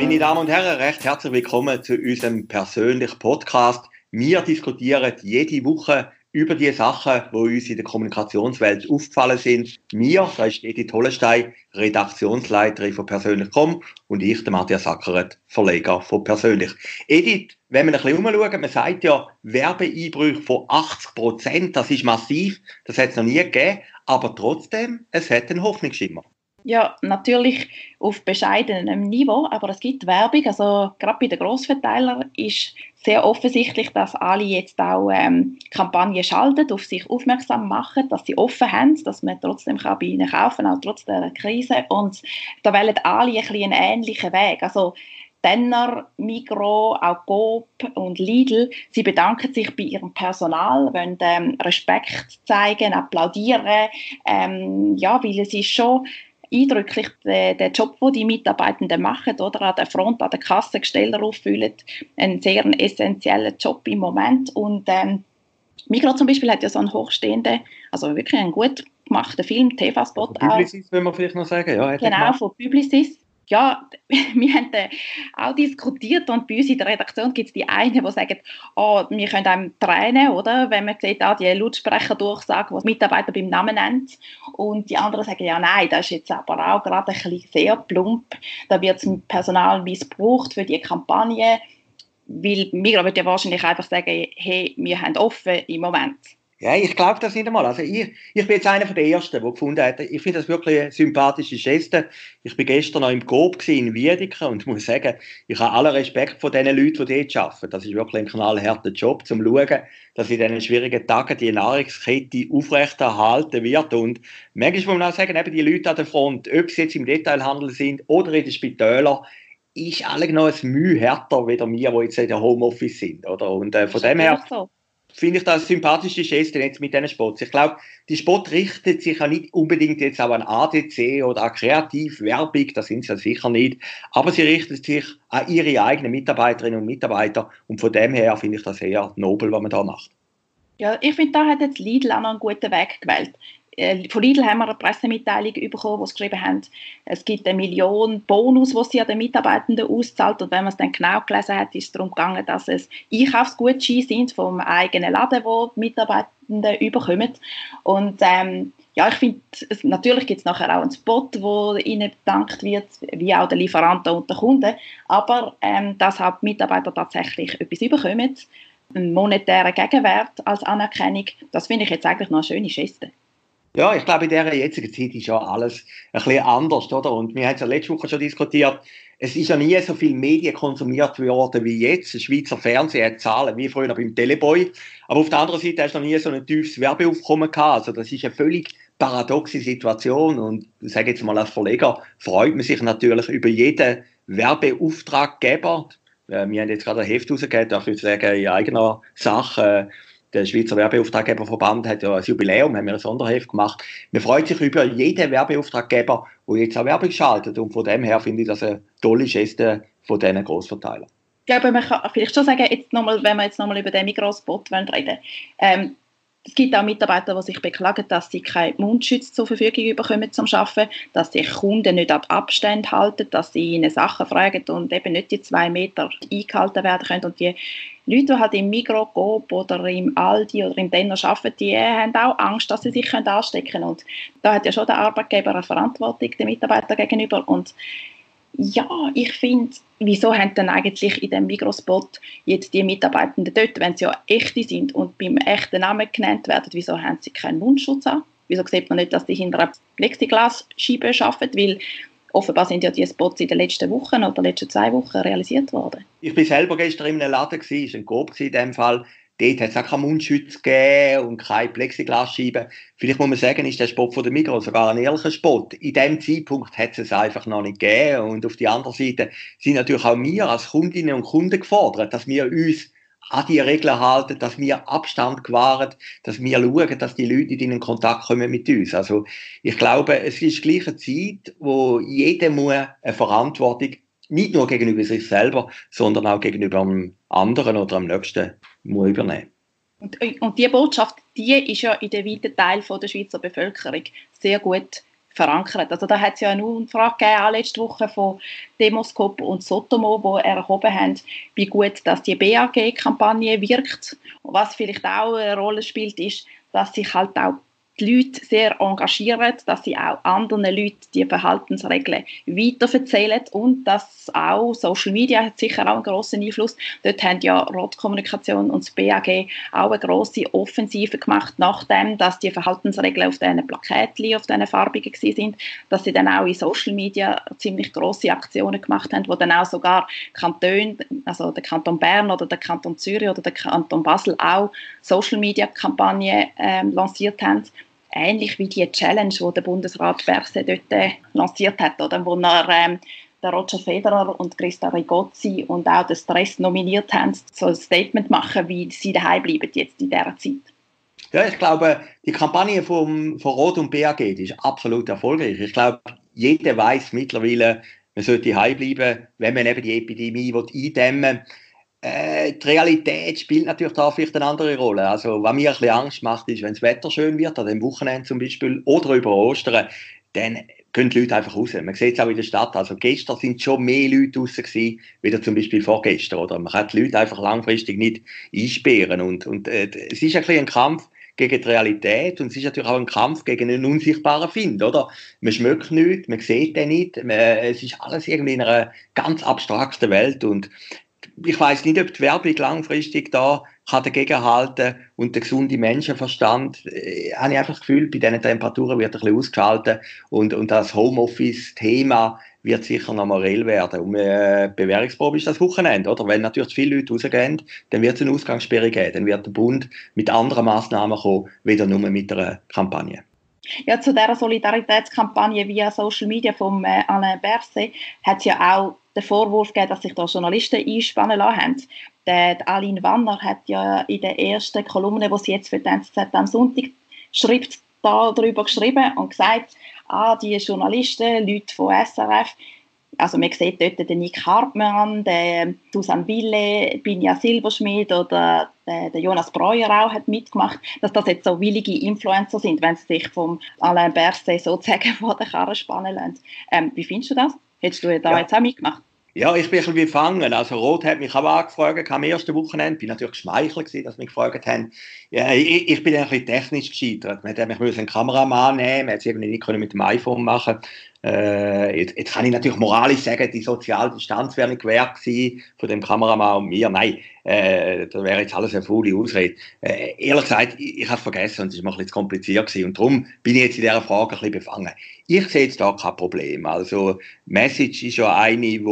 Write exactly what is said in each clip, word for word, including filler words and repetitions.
Meine Damen und Herren, recht herzlich willkommen zu unserem persönlichen Podcast. Wir diskutieren jede Woche über die Sachen, die uns in der Kommunikationswelt aufgefallen sind. Wir, da ist Edith Hollenstein, Redaktionsleiterin von Persönlich Punkt com und ich, der Matthias Ackeret, Verleger von Persönlich. Edith, wenn wir ein bisschen umschauen, man sagt ja, Werbeeinbrüche von achtzig Prozent, das ist massiv, das hat es noch nie gegeben, aber trotzdem, es hat einen Hoffnungsschimmer. Ja, natürlich auf bescheidenem Niveau, aber es gibt Werbung. Also gerade bei den Grossverteilern ist sehr offensichtlich, dass alle jetzt auch ähm, Kampagnen schalten, auf sich aufmerksam machen, dass sie offen haben, dass man trotzdem kann bei ihnen kaufen kann, auch trotz der Krise. Und da wählen alle ein bisschen einen ähnlichen Weg. Also Denner, Migros, auch Coop und Lidl, sie bedanken sich bei ihrem Personal, wollen ähm, Respekt zeigen, applaudieren, ähm, ja, weil es ist schon eindrücklich der, der Job, den die Mitarbeitenden machen, oder an der Front, an der Kasse Gesteller auffüllen, ein sehr essentieller Job im Moment. Und ähm, Migros zum Beispiel hat ja so einen hochstehenden, also wirklich einen gut gemachten Film, T V-Spot auch. Publicis, will man vielleicht noch sagen. Ja, genau, von Publicis. Ja, wir haben äh, auch diskutiert und bei uns in der Redaktion gibt es die einen, die sagen, oh, wir können einem tränen, oder? Wenn man sieht, ah, die Lautsprecherdurchsage, die Mitarbeiter beim Namen nennt. Und die anderen sagen, ja, nein, das ist jetzt aber auch gerade ein bisschen sehr plump. Da wird das Personal missbraucht für die Kampagne, weil Migros wird ja wahrscheinlich einfach sagen, hey, wir haben offen im Moment. Ja, ich glaube das nicht einmal. Also ich, ich bin jetzt einer von den Ersten, der gefunden hat, ich finde das wirklich eine sympathische Geste. Ich bin gestern noch im Coop in Wiedeke und muss sagen, ich habe allen Respekt vor den Leuten, die dort arbeiten. Das ist wirklich ein knallharter Job, um zu schauen, dass in diesen schwierigen Tagen die Nahrungskette aufrechterhalten wird. Und manchmal muss man auch sagen, eben die Leute an der Front, ob sie jetzt im Detailhandel sind oder in den Spitälern, ist alle noch ein Mühe härter, wie wir, die jetzt in der Homeoffice sind. Oder? Und äh, von dem her so. Finde ich das sympathische Geste jetzt mit diesen Spots. Ich glaube, die Spot richtet sich ja nicht unbedingt jetzt auch an A D C oder an Kreativwerbung, das sind sie ja sicher nicht, aber sie richtet sich an ihre eigenen Mitarbeiterinnen und Mitarbeiter und von dem her finde ich das sehr nobel, was man da macht. Ja, ich finde, da hat jetzt Lidl auch noch einen guten Weg gewählt. Von Lidl haben wir eine Pressemitteilung bekommen, wo sie geschrieben haben, es gibt eine Million Bonus, die sie an den Mitarbeitenden auszahlt. Und wenn man es dann genau gelesen hat, ist es darum gegangen, dass es Einkaufsgutscheine sind vom eigenen Laden, wo die Mitarbeitenden überkommen. Und ähm, ja, ich finde, natürlich gibt es nachher auch einen Spot, wo ihnen bedankt wird, wie auch der Lieferanten und der Kunden. Aber ähm, dass auch die Mitarbeiter tatsächlich etwas überkommen, einen monetären Gegenwert als Anerkennung, das finde ich jetzt eigentlich noch eine schöne Geste. Ja, ich glaube, in dieser jetzigen Zeit ist ja alles ein bisschen anders, oder? Und wir haben es ja letzte Woche schon diskutiert. Es ist ja nie so viel Medien konsumiert worden wie jetzt. Der Schweizer Fernsehen hat Zahlen wie früher beim Teleboy. Aber auf der anderen Seite hast du noch nie so ein tiefes Werbeaufkommen gehabt. Also das ist eine völlig paradoxe Situation. Und ich sage jetzt mal als Verleger, freut man sich natürlich über jeden Werbeauftraggeber. Wir haben jetzt gerade ein Heft rausgegeben, darf ich sagen, in eigener Sache. Der Schweizer Werbeauftraggeberverband hat ja ein Jubiläum, haben wir ein Sonderheft gemacht. Man freut sich über jeden Werbeauftraggeber, der jetzt auch Werbung schaltet. Und von dem her finde ich das eine tolle Geste von diesen Grossverteilern. Ich glaube, man kann vielleicht schon sagen, jetzt noch mal, wenn wir jetzt nochmal über den Migros-Spot reden, ähm, es gibt auch Mitarbeiter, die sich beklagen, dass sie keinen Mundschutz zur Verfügung bekommen zum Arbeiten, dass sich Kunden nicht ab Abstand halten, dass sie ihnen Sachen fragen und eben nicht die zwei Meter eingehalten werden können. Und die Leute, die halt im Migros, Coop oder im Aldi oder im Denner arbeiten, die haben auch Angst, dass sie sich anstecken können. Und da hat ja schon der Arbeitgeber eine Verantwortung den Mitarbeitern gegenüber. Und ja, ich finde, wieso haben dann eigentlich in dem Migros-Spot jetzt die Mitarbeitenden dort, wenn sie ja echte sind und beim echten Namen genannt werden, wieso haben sie keinen Mundschutz an? Wieso sieht man nicht, dass die hinter einer Plexiglasscheibe arbeiten? Weil offenbar sind ja die Spots in den letzten Wochen oder letzten zwei Wochen realisiert worden. Ich war selber gestern in einem Laden, es war ein Coop in dem Fall. Dort hat es auch keinen Mundschutz gegeben und keine Plexiglasscheiben. Vielleicht muss man sagen, ist der Spot von der Migros sogar ein ehrlicher Spot. In dem Zeitpunkt hat es es einfach noch nicht gegeben. Und auf der anderen Seite sind natürlich auch wir als Kundinnen und Kunden gefordert, dass wir uns an die Regeln halten, dass wir Abstand gewahren, dass wir schauen, dass die Leute in Kontakt kommen mit uns. Also ich glaube, es ist gleich eine Zeit, wo jeder muss eine Verantwortung nicht nur gegenüber sich selber, sondern auch gegenüber einem anderen oder am Nächsten muss übernehmen. Und, und diese Botschaft, die ist ja in den weiten Teil der Schweizer Bevölkerung sehr gut verankert. Also da hat es ja eine Umfrage gegeben, letzte Woche von Demoscope und Sotomo, wo erhoben haben, wie gut dass die B A G-Kampagne wirkt. Und was vielleicht auch eine Rolle spielt, ist, dass sich halt auch die Leute sehr engagieren, dass sie auch anderen Leuten die Verhaltensregeln weiterverzählen und dass auch Social Media hat sicher auch einen grossen Einfluss. Dort haben ja Rotkommunikation und das B A G auch eine grosse Offensive gemacht, nachdem dass die Verhaltensregeln auf diesen Plakatchen, auf diesen farbigen waren, dass sie dann auch in Social Media ziemlich grosse Aktionen gemacht haben, wo dann auch sogar Kantone, also der Kanton Bern oder der Kanton Zürich oder der Kanton Basel auch Social Media Kampagnen ähm, lanciert haben. Ähnlich wie die Challenge, die der Bundesrat Berset dort äh, lanciert hat, oder? Wo er ähm, der Roger Federer und Christa Rigozzi und auch den Stress nominiert haben, so ein Statement machen, wie sie daheim bleiben jetzt in dieser Zeit. Ja, ich glaube, die Kampagne vom, von Rot und B A G, die ist absolut erfolgreich. Ich glaube, jeder weiß mittlerweile, man sollte daheim bleiben, wenn man eben die Epidemie eindämmen will. Äh, die Realität spielt natürlich da vielleicht eine andere Rolle. Also, was mir ein bisschen Angst macht, ist, wenn das Wetter schön wird, an dem Wochenende zum Beispiel, oder über Ostern, dann gehen die Leute einfach raus. Man sieht es auch in der Stadt. Also, gestern sind schon mehr Leute raus gewesen, wie zum Beispiel vorgestern. Oder? Man kann die Leute einfach langfristig nicht einsperren. Und, und äh, es ist ein bisschen ein Kampf gegen die Realität und es ist natürlich auch ein Kampf gegen einen unsichtbaren Find, oder? Man schmeckt nichts, man sieht den nicht, man, es ist alles irgendwie in einer ganz abstrakten Welt und ich weiss nicht, ob die Werbung langfristig da kann dagegen halten und der gesunde Menschenverstand, äh, habe ich einfach das Gefühl, bei diesen Temperaturen wird ein bisschen ausgeschaltet und, und das Homeoffice-Thema wird sicher noch mal real werden. Und äh, Bewährungsprobe ist das Wochenende, oder? Wenn natürlich viele Leute rausgehen, dann wird es eine Ausgangssperre geben, dann wird der Bund mit anderen Massnahmen kommen, weder nur mit einer Kampagne. Ja, zu dieser Solidaritätskampagne via Social Media von äh, Alain Berset hat es ja auch den Vorwurf gegeben, dass sich da Journalisten einspannen lassen haben. Die, die Aline Wanner hat ja in der ersten Kolumne, die sie jetzt für die N Z Z am Sonntag schreibt, darüber geschrieben und gesagt, ah, die Journalisten, Leute von S R F, also man sieht dort den Nick Hartmann, den Susanne Wille, Binja Silberschmidt oder der, der Jonas Breuer auch hat mitgemacht, dass das jetzt so willige Influencer sind, wenn sie sich vom Alain Berset sozusagen vor der Karre spannen lassen. Ähm, wie findest du das? Hättest du da ja. jetzt auch mitgemacht? Ja, ich bin ein bisschen befangen. Also Rot hat mich auch angefragt am ersten Wochenende. Ich war natürlich geschmeichelt gewesen, dass sie mich gefragt haben. Ja, ich, ich bin ein bisschen technisch gescheitert. Man hätte mich einen Kameramann nehmen, man hätte es irgendwie nicht mit dem iPhone machen. Äh, jetzt, jetzt kann ich natürlich moralisch sagen, die soziale Distanz wäre nicht gewährt gewesen von dem Kameramann und mir. Nein, äh, da wäre jetzt alles eine faule Ausrede. Äh, ehrlich gesagt, ich, ich habe es vergessen und es war mir ein bisschen zu kompliziert gewesen. Und darum bin ich jetzt in dieser Frage ein bisschen befangen. Ich sehe jetzt da kein Problem. Also, Message ist ja eine, die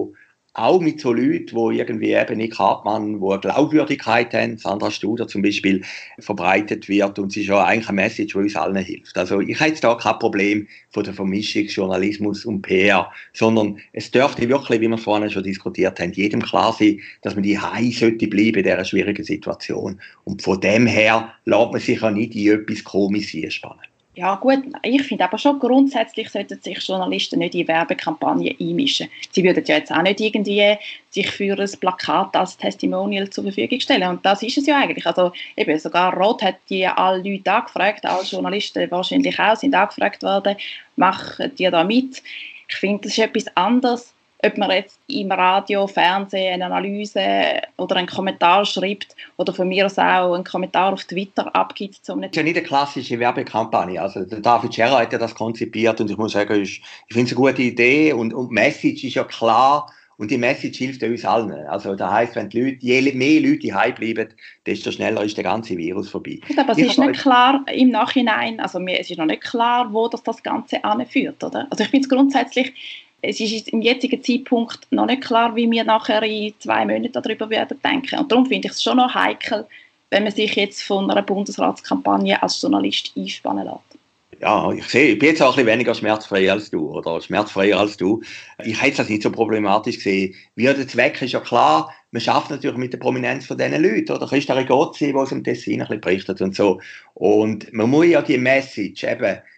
auch mit so Leuten, die irgendwie eben Nick Hartmann, die eine Glaubwürdigkeit haben, Sandra Studer zum Beispiel, verbreitet wird und es ist ja eigentlich eine Message, die uns allen hilft. Also ich habe jetzt da kein Problem von der Vermischung Journalismus und P R, sondern es dürfte wirklich, wie wir vorhin schon diskutiert haben, jedem klar sein, dass man die Hause sollte bleiben in dieser schwierigen Situation. Und von dem her lässt man sich ja nicht in etwas Komisches einspannen. Ja gut, ich finde aber schon, grundsätzlich sollten sich Journalisten nicht in Werbekampagnen einmischen. Sie würden ja jetzt auch nicht irgendwie sich für ein Plakat als Testimonial zur Verfügung stellen. Und das ist es ja eigentlich. Also eben, sogar Rot hat die alle Leute angefragt, alle Journalisten wahrscheinlich auch, sind angefragt worden, machen die da mit. Ich finde, das ist etwas anderes, ob man jetzt im Radio, Fernsehen eine Analyse oder einen Kommentar schreibt oder von mir aus auch einen Kommentar auf Twitter abgibt. Das ist ja nicht eine klassische Werbekampagne. Also der David Scherrer hat ja das konzipiert und ich muss sagen, ich, ich finde es eine gute Idee und, und die Message ist ja klar und die Message hilft ja uns allen. Also das heisst, wenn die Leute, je mehr Leute daheim bleiben, desto schneller ist der ganze Virus vorbei. Aber es ich ist nicht klar im Nachhinein, also mir, es ist noch nicht klar, wo das, das Ganze anführt, oder? Also ich finde es grundsätzlich, es ist im jetzigen Zeitpunkt noch nicht klar, wie wir nachher in zwei Monaten darüber werden denken. Und darum finde ich es schon noch heikel, wenn man sich jetzt von einer Bundesratskampagne als Journalist einspannen lässt. Ja, ich sehe, ich bin jetzt auch ein bisschen weniger schmerzfrei als du, oder schmerzfreier als du. Ich hätte das nicht so problematisch gesehen. Wie der Zweck ist ja klar, man schafft natürlich mit der Prominenz von diesen Leuten, oder? Christa Rigozzi, die aus dem Tessin ein bisschen berichtet und so. Und man muss ja die Message eben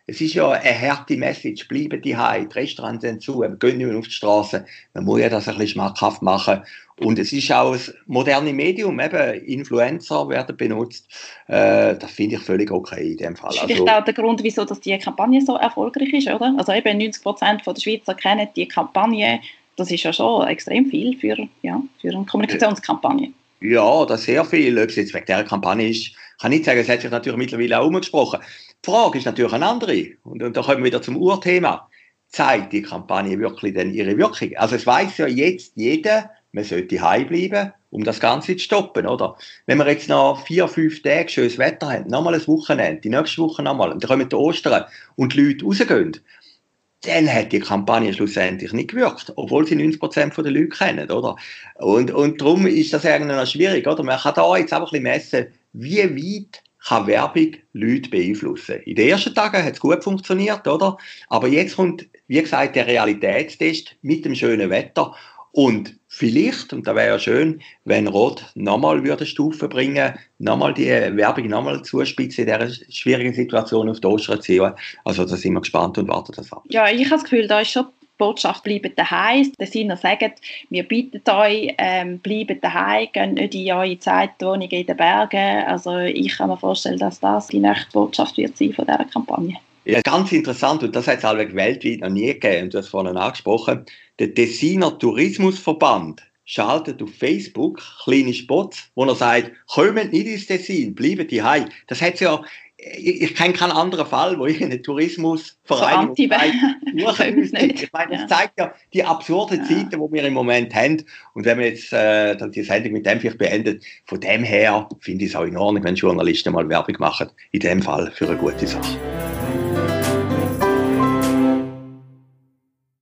Es ist ja eine harte Message, bleiben die Hause, die Restaurants sind zu, wir gehen nicht mehr auf die Straße, man muss ja das ein bisschen schmackhaft machen. Und es ist auch ein modernes Medium, eben Influencer werden benutzt, äh, das finde ich völlig okay in dem Fall. Das ist vielleicht also auch der Grund, wieso dass die Kampagne so erfolgreich ist, oder? Also eben neunzig Prozent der Schweizer kennen die Kampagne, das ist ja schon extrem viel für, ja, für eine Kommunikationskampagne. Ja, das sehr viel. Ob es jetzt wegen dieser Kampagne ist, kann ich nicht sagen, es hat sich natürlich mittlerweile auch umgesprochen. Die Frage ist natürlich eine andere. Und, und da kommen wir wieder zum Urthema. Zeigt die Kampagne wirklich denn ihre Wirkung? Also es weiss ja jetzt jeder, man sollte heim bleiben, um das Ganze zu stoppen, oder? Wenn wir jetzt noch vier, fünf Tage schönes Wetter haben, nochmal ein Wochenende, die nächste Woche nochmal, und dann kommen die Ostern und die Leute rausgehen, dann hat die Kampagne schlussendlich nicht gewirkt, obwohl sie neunzig Prozent der Leute kennen, oder? Und, und darum ist das irgendwie noch schwierig, oder? Man kann da jetzt einfach ein bisschen messen, wie weit kann Werbung Leute beeinflussen. In den ersten Tagen hat es gut funktioniert, oder? Aber jetzt kommt, wie gesagt, der Realitätstest mit dem schönen Wetter. Und vielleicht, und da wäre ja schön, wenn Rot nochmal würde Stufen bringen, nochmal die Werbung nochmal zuspitzen in dieser schwierigen Situation auf die Ostern ziehen. Also da sind wir gespannt und warten das ab. Ja, ich habe das Gefühl, da ist schon die Botschaft, bleibt daheim. Der Sinner sagt, wir bitten euch, ähm, bleibt daheim, geht nicht in eure Zeitwohnungen in den Bergen. Also ich kann mir vorstellen, dass das die nächste Botschaft wird sein von dieser Kampagne. Ja, ganz interessant, und das hat es allweg weltweit noch nie gegeben, und du hast es vorhin angesprochen, der Tessiner Tourismusverband schaltet auf Facebook kleine Spots, wo er sagt, kommt nicht ins Tessin, bleibt daheim. Das hat ja, ich, ich kenne keinen anderen Fall, wo irgendein Tourismusverein so sagt, ich meine, das ja. zeigt ja die absurden ja. Zeiten, die wir im Moment haben. Und wenn wir jetzt äh, die Sendung mit dem vielleicht beendet, von dem her finde ich es auch in Ordnung, wenn Journalisten mal Werbung machen, in dem Fall für eine gute Sache.